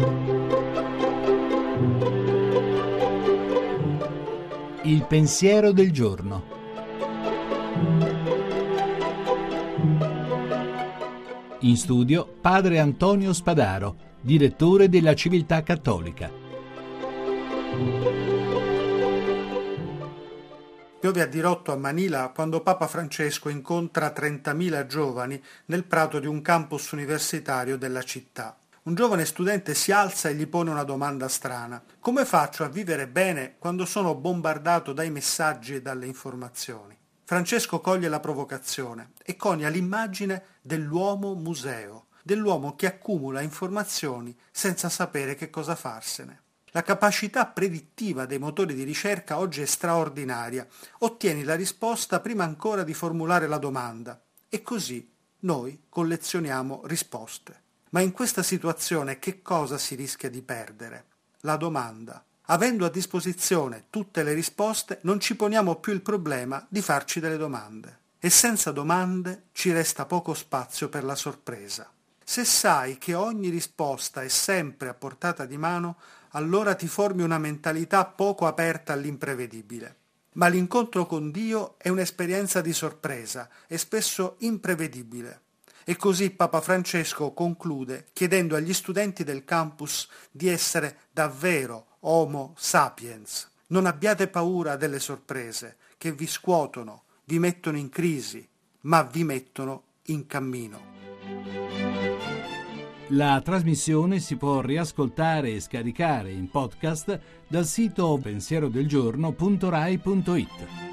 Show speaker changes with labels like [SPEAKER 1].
[SPEAKER 1] Il pensiero del giorno. In studio padre Antonio Spadaro, direttore della Civiltà Cattolica.
[SPEAKER 2] Piove a dirotto a Manila quando Papa Francesco incontra 30.000 giovani nel prato di un campus universitario della città. Un giovane studente si alza e gli pone una domanda strana. Come faccio a vivere bene quando sono bombardato dai messaggi e dalle informazioni? Francesco coglie la provocazione e conia l'immagine dell'uomo museo, dell'uomo che accumula informazioni senza sapere che cosa farsene. La capacità predittiva dei motori di ricerca oggi è straordinaria. Ottieni la risposta prima ancora di formulare la domanda e così noi collezioniamo risposte. Ma in questa situazione che cosa si rischia di perdere? La domanda. Avendo a disposizione tutte le risposte, non ci poniamo più il problema di farci delle domande. E senza domande ci resta poco spazio per la sorpresa. Se sai che ogni risposta è sempre a portata di mano, allora ti formi una mentalità poco aperta all'imprevedibile. Ma l'incontro con Dio è un'esperienza di sorpresa e spesso imprevedibile. E così Papa Francesco conclude chiedendo agli studenti del campus di essere davvero Homo sapiens. Non abbiate paura delle sorprese che vi scuotono, vi mettono in crisi, ma vi mettono in cammino.
[SPEAKER 1] La trasmissione si può riascoltare e scaricare in podcast dal sito pensierodelgiorno.rai.it.